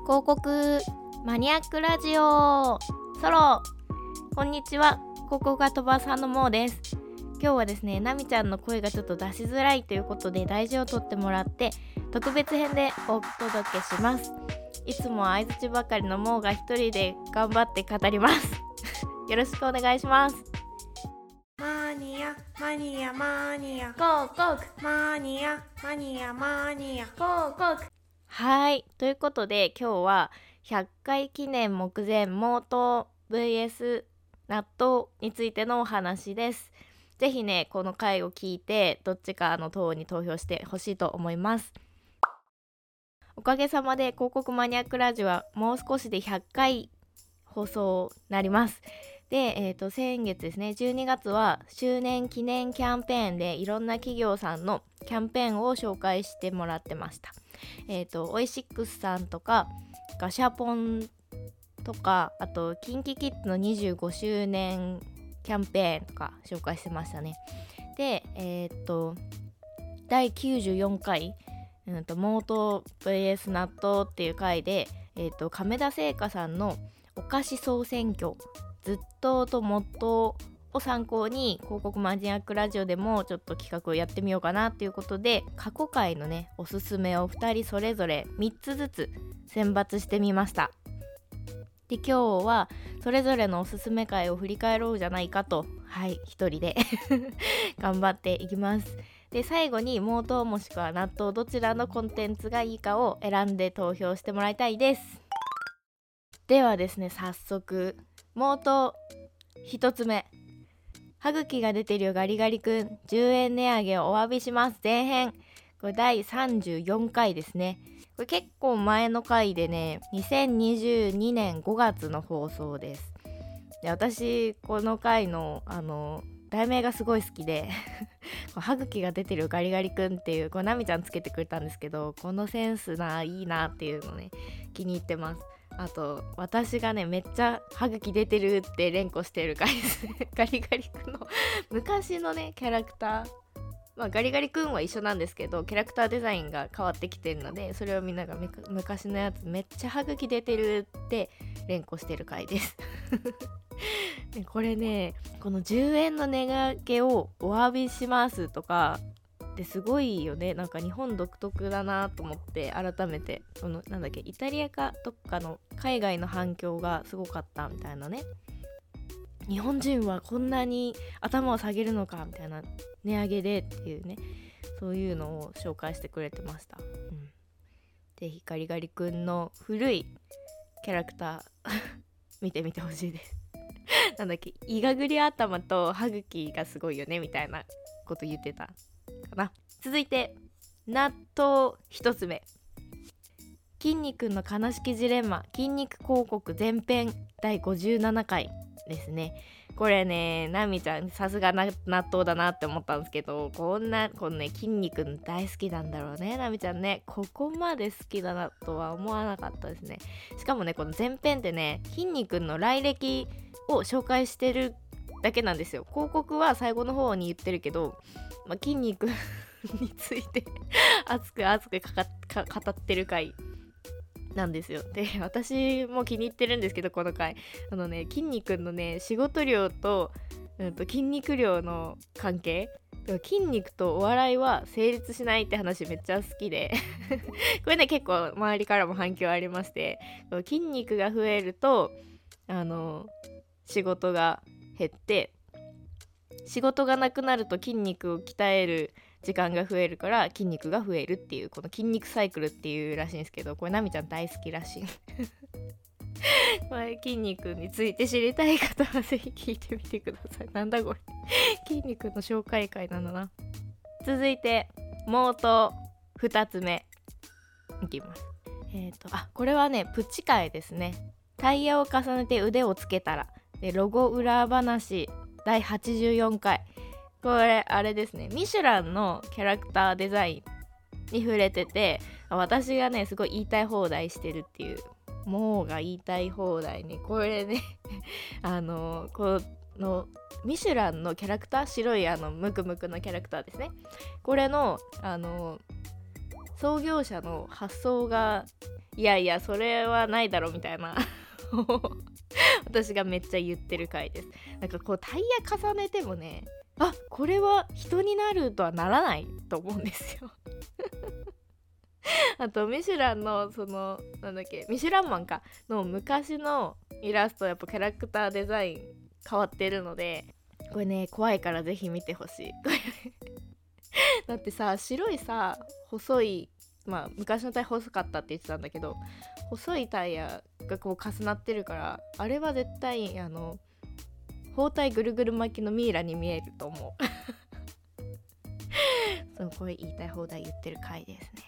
広告マニアックラジオソロ。こんにちは、広告が飛ばさんのもーです。今日はですね、なみちゃんの声がちょっと出しづらいということで大事を取ってもらって特別編でお届けします。いつも相槌ばかりのもーが一人で頑張って語りますよろしくお願いします。 マニアマニアマニア広告マニアマニアマニア広告。はい、ということで今日は100回記念目前モート vs 納豆についてのお話です。ぜひね、この回を聞いてどっちかの党に投票してほしいと思います。おかげさまで広告マニアックラジオはもう少しで100回放送になります。で、先月ですね、12月は周年記念キャンペーンでいろんな企業さんのキャンペーンを紹介してもらってました。オイシックスさんとかガシャポンとか、あとキンキキッズの25周年キャンペーンとか紹介してましたね。で、第94回モート vs 納豆っていう回で、亀田製菓さんのお菓子総選挙ずっととモットーを参考に広告マニアックラジオでもちょっと企画をやってみようかなということで、過去回のねおすすめを2人それぞれ3つずつ選抜してみました。で、今日はそれぞれのおすすめ回を振り返ろうじゃないかと、一人で頑張っていきます。で、最後にモートーもしくは納豆どちらのコンテンツがいいかを選んで投票してもらいたいです。ではですね、早速モートー1つ目、歯茎が出てるよガリガリ君10円値上げをお詫びします前編。これ第34回ですね。これ結構前の回でね、2022年5月の放送です。で、私この回の題名がすごい好きで歯茎が出てるガリガリ君っていう、これナミちゃんつけてくれたんですけど、このセンスいいなっていうのね、気に入ってます。あと私がねめっちゃ歯茎出てるって連呼してる回ですねガリガリ君の昔のねキャラクター、ガリガリ君は一緒なんですけどキャラクターデザインが変わってきてるので、それをみんなが昔のやつめっちゃ歯茎出てるって連呼してる回ですで、これね、この10円の値上げをお詫びしますとかですごいよね。なんか日本独特だなと思って、改めてこのイタリアかどっかの海外の反響がすごかったみたいなね。日本人はこんなに頭を下げるのかみたいな、値上げでっていうね、そういうのを紹介してくれてました。ぜひガリガリ君の古いキャラクター見てみてほしいですイガグリ頭と歯茎がすごいよねみたいなこと言ってたかな。続いて納豆1つ目、筋肉の悲しきジレンマ筋肉広告前編第57回ですね。これね、ナミちゃんさすが納豆だなって思ったんですけど、このね筋肉大好きなんだろうね、ナミちゃんね。ここまで好きだなとは思わなかったですね。しかもね、この前編ってね、筋肉の来歴を紹介してるだけなんですよ。広告は最後の方に言ってるけど、筋肉について熱く語ってる回なんですよ。で、私も気に入ってるんですけど、この回筋肉のね仕事量と、筋肉量の関係、筋肉とお笑いは成立しないって話めっちゃ好きでこれね結構周りからも反響ありまして、筋肉が増えると仕事が減って、仕事がなくなると筋肉を鍛える時間が増えるから筋肉が増えるっていう、この筋肉サイクルっていうらしいんですけど、これナミちゃん大好きらしいこれ筋肉について知りたい方はぜひ聞いてみてください。なんだこれ筋肉の紹介会なんだな。続いてモート2つ目いきます。これはねプチ会ですね。タイヤを重ねて腕をつけたらで、ロゴ裏話第84回。これあれですね、ミシュランのキャラクターデザインに触れてて、私がねすごい言いたい放題してるっていう、もうが言いたい放題に、これねこのミシュランのキャラクター、白いムクムクのキャラクターですね。これの創業者の発想がいやいやそれはないだろみたいな私がめっちゃ言ってる回です。なんかこうタイヤ重ねてもね、あ、これは人になるとはならないと思うんですよあとミシュランのそのなんだっけ、ミシュランマンかの昔のイラスト、やっぱキャラクターデザイン変わってるので、これね怖いからぜひ見てほしいだってさ、白いさ細い、まあ昔のタイヤ細かったって言ってたんだけど、細いタイヤがこう重なってるから、あれは絶対包帯ぐるぐる巻きのミイラに見えると思うそう、これ言いたい放題言ってる回ですね。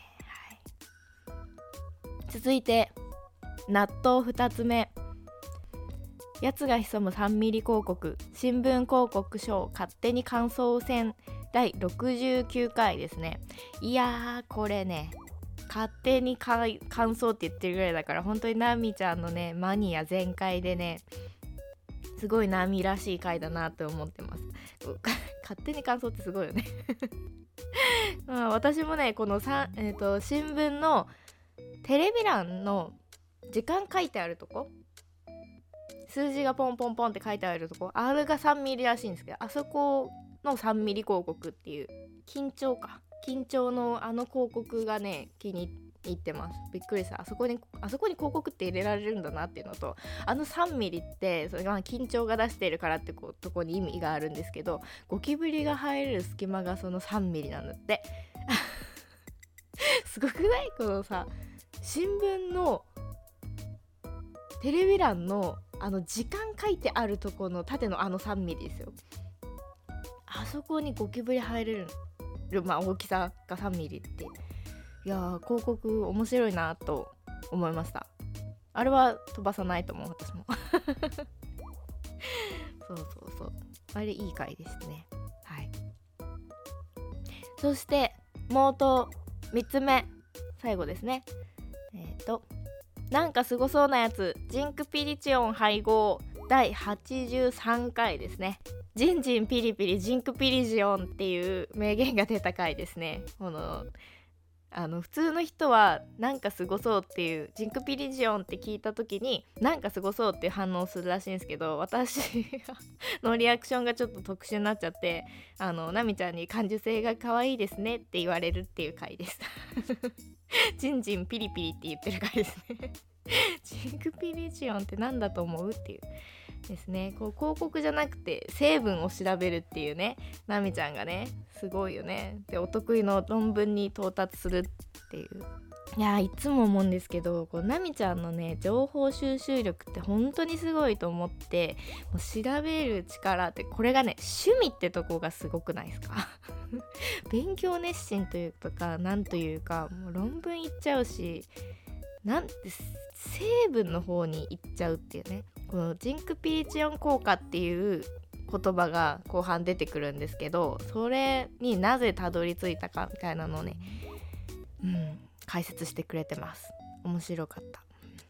続いて納豆2つ目、やつが潜む3ミリ広告、新聞広告賞勝手に感想戦第69回ですね。いやーこれね、勝手に感想って言ってるぐらいだから、本当にナミちゃんのねマニア全開でね、すごいナミらしい回だなと思ってます勝手に感想ってすごいよねまあ、私もねこの新聞のテレビ欄の時間書いてあるとこ、数字がポンポンポンって書いてあるとこ、あれが3ミリらしいんですけど、あそこの3ミリ広告っていう緊張のあの広告がね気に入ってます。びっくりした。あそこに広告って入れられるんだなっていうのと、あの3ミリってそれが緊張が出しているからってとこに意味があるんですけど、ゴキブリが入れる隙間がその3ミリなんだってすごくない？このさ、新聞のテレビ欄の時間書いてあるとこの縦の3ミリですよ。あそこにゴキブリ入れる、まあ大きさが3ミリって、いやー広告面白いなと思いました。あれは飛ばさないと思う、私もそうあれいい回ですね。はい。そしてもうと3つ目、最後ですね。なんかすごそうなやつ、ジンクピリチオン配合第83回ですね。ジンジンピリピリジンクピリジオンっていう名言が出た回ですね。普通の人はなんかすごそうっていうジンクピリジオンって聞いた時になんかすごそうっていう反応をするらしいんですけど、私のリアクションがちょっと特殊になっちゃって、ナミちゃんに感受性が可愛いですねって言われるっていう回ですジンジンピリピリって言ってる回ですねジンクピリジオンってなんだと思うっていうですね。こう広告じゃなくて成分を調べるっていうね、ナミちゃんがねすごいよね。でお得意の論文に到達するっていう、いやいつも思うんですけど、こうナミちゃんのね情報収集力って本当にすごいと思って、もう調べる力って、これがね趣味ってとこがすごくないですか勉強熱心というか、なんというか、もう論文いっちゃうし、なんて成分の方に行っちゃうっていうね。このジンクピリチオン効果っていう言葉が後半出てくるんですけど、それになぜたどり着いたかみたいなのをね、解説してくれてます。面白かった。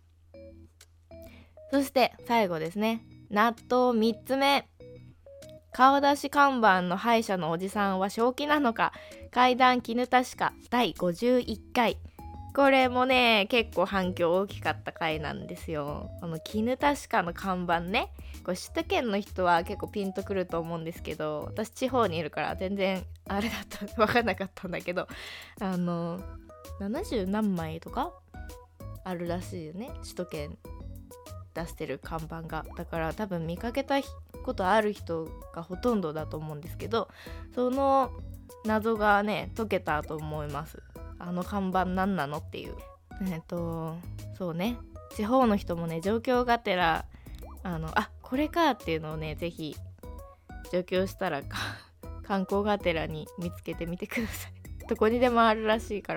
そして最後ですね、納豆3つ目、顔出し看板の歯医者のおじさんは正気なのか、怪談絹確か第51回。これもね結構反響大きかった回なんですよ。この絹確かの看板ね、これ首都圏の人は結構ピンとくると思うんですけど、私地方にいるから全然あれだった分かんなかったんだけど、70何枚とかあるらしいよね、首都圏出してる看板が。だから多分見かけたことある人がほとんどだと思うんですけど、その謎がね解けたと思います。あの看板何なのっていう。そうね、地方の人もね上京がてらこれかっていうのをねぜひ上京したら観光がてらに見つけてみてくださいどこにでもあるらしいから。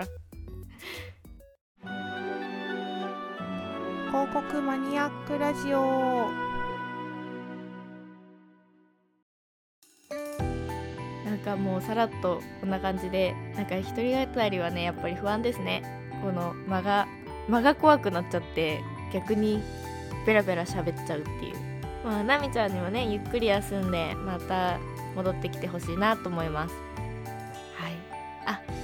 広告マニアックラジオ。 なんかもうさらっとこんな感じで、なんか一人語りはねやっぱり不安ですね。この間が怖くなっちゃって逆にベラベラ喋っちゃうっていう。まあナミちゃんにもねゆっくり休んでまた戻ってきてほしいなと思います。はい。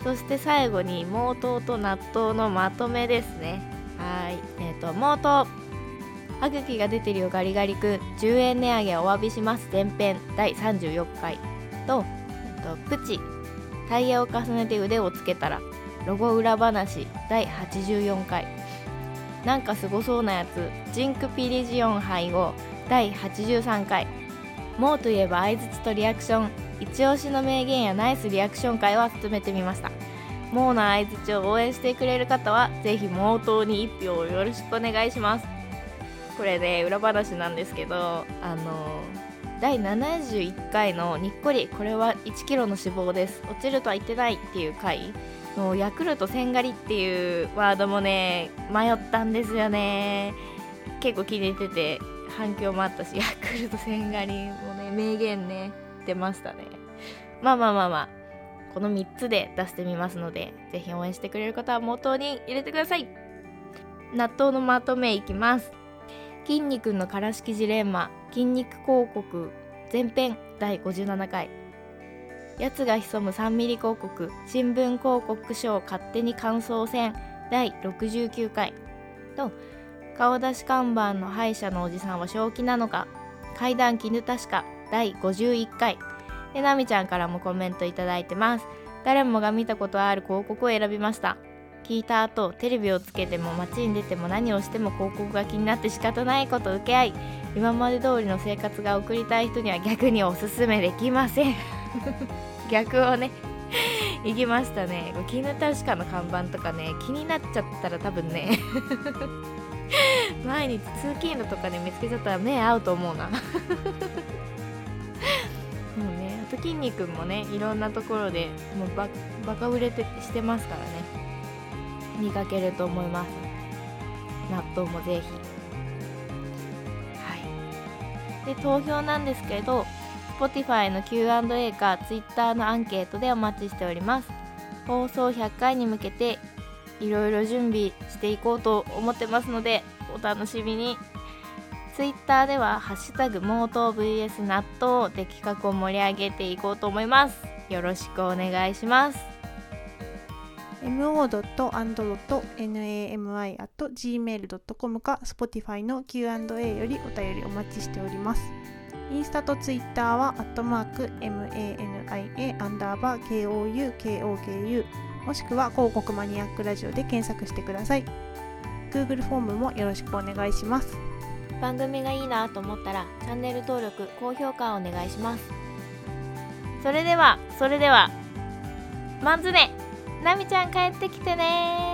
そして最後に毛頭と納豆のまとめですね。はい、毛頭歯茎が出てるよガリガリ君10円値上げお詫びします前編第34回と、プチタイヤを重ねて腕をつけたらロゴ裏話第84回、なんかすごそうなやつジンクピリジオン配合第83回、もうといえば相槌とリアクション一押しの名言やナイスリアクション会を集めてみました。もうの相槌を応援してくれる方はぜひ毛頭に1票をよろしくお願いします。これね裏話なんですけど、第71回のにっこりこれは1キロの脂肪です落ちるとは言ってないっていう回のヤクルト1000狩りっていうワードもね迷ったんですよね。結構気に入ってて反響もあったし、ヤクルト1000狩りもね名言ね出ましたね。まあこの3つで出してみますので、ぜひ応援してくれる方は毛頭に入れてください。納豆のまとめいきます。筋肉のからしきジレンマ筋肉広告前編第57回、やつが潜む3ミリ広告新聞広告書を勝手に感想戦第69回と、顔出し看板の歯医者のおじさんは正気なのか怪談絹確か第51回で、なみちゃんからもコメントいただいてます。誰もが見たことある広告を選びました。聞いた後テレビをつけても街に出ても何をしても広告が気になって仕方ないこと受け合い、今まで通りの生活が送りたい人には逆におすすめできません逆をね行きましたね。絹確かの看板とかね気になっちゃったら多分ね毎日通勤路とかで見つけちゃったら目合うと思うなもうね、あと筋肉もねいろんなところでもうバカ売れしてますからね、見かけると思います。納豆もぜひ。はい。で投票なんですけど、Spotify の Q&A か Twitter のアンケートでお待ちしております。放送100回に向けていろいろ準備していこうと思ってますのでお楽しみに。Twitter ではハッシュタグ毛頭 vs 納豆で企画を盛り上げていこうと思います。よろしくお願いします。 mo.and.nami@gmail.com か Spotify の Q&A よりお便りお待ちしております。インスタとツイッターは@mania_KOUKOKU もしくは広告マニアックラジオで検索してください。 Google フォームもよろしくお願いします。 番組がいいなと思ったらチャンネル登録高評価をお願いします。それではマンズネなみちゃん帰ってきてね。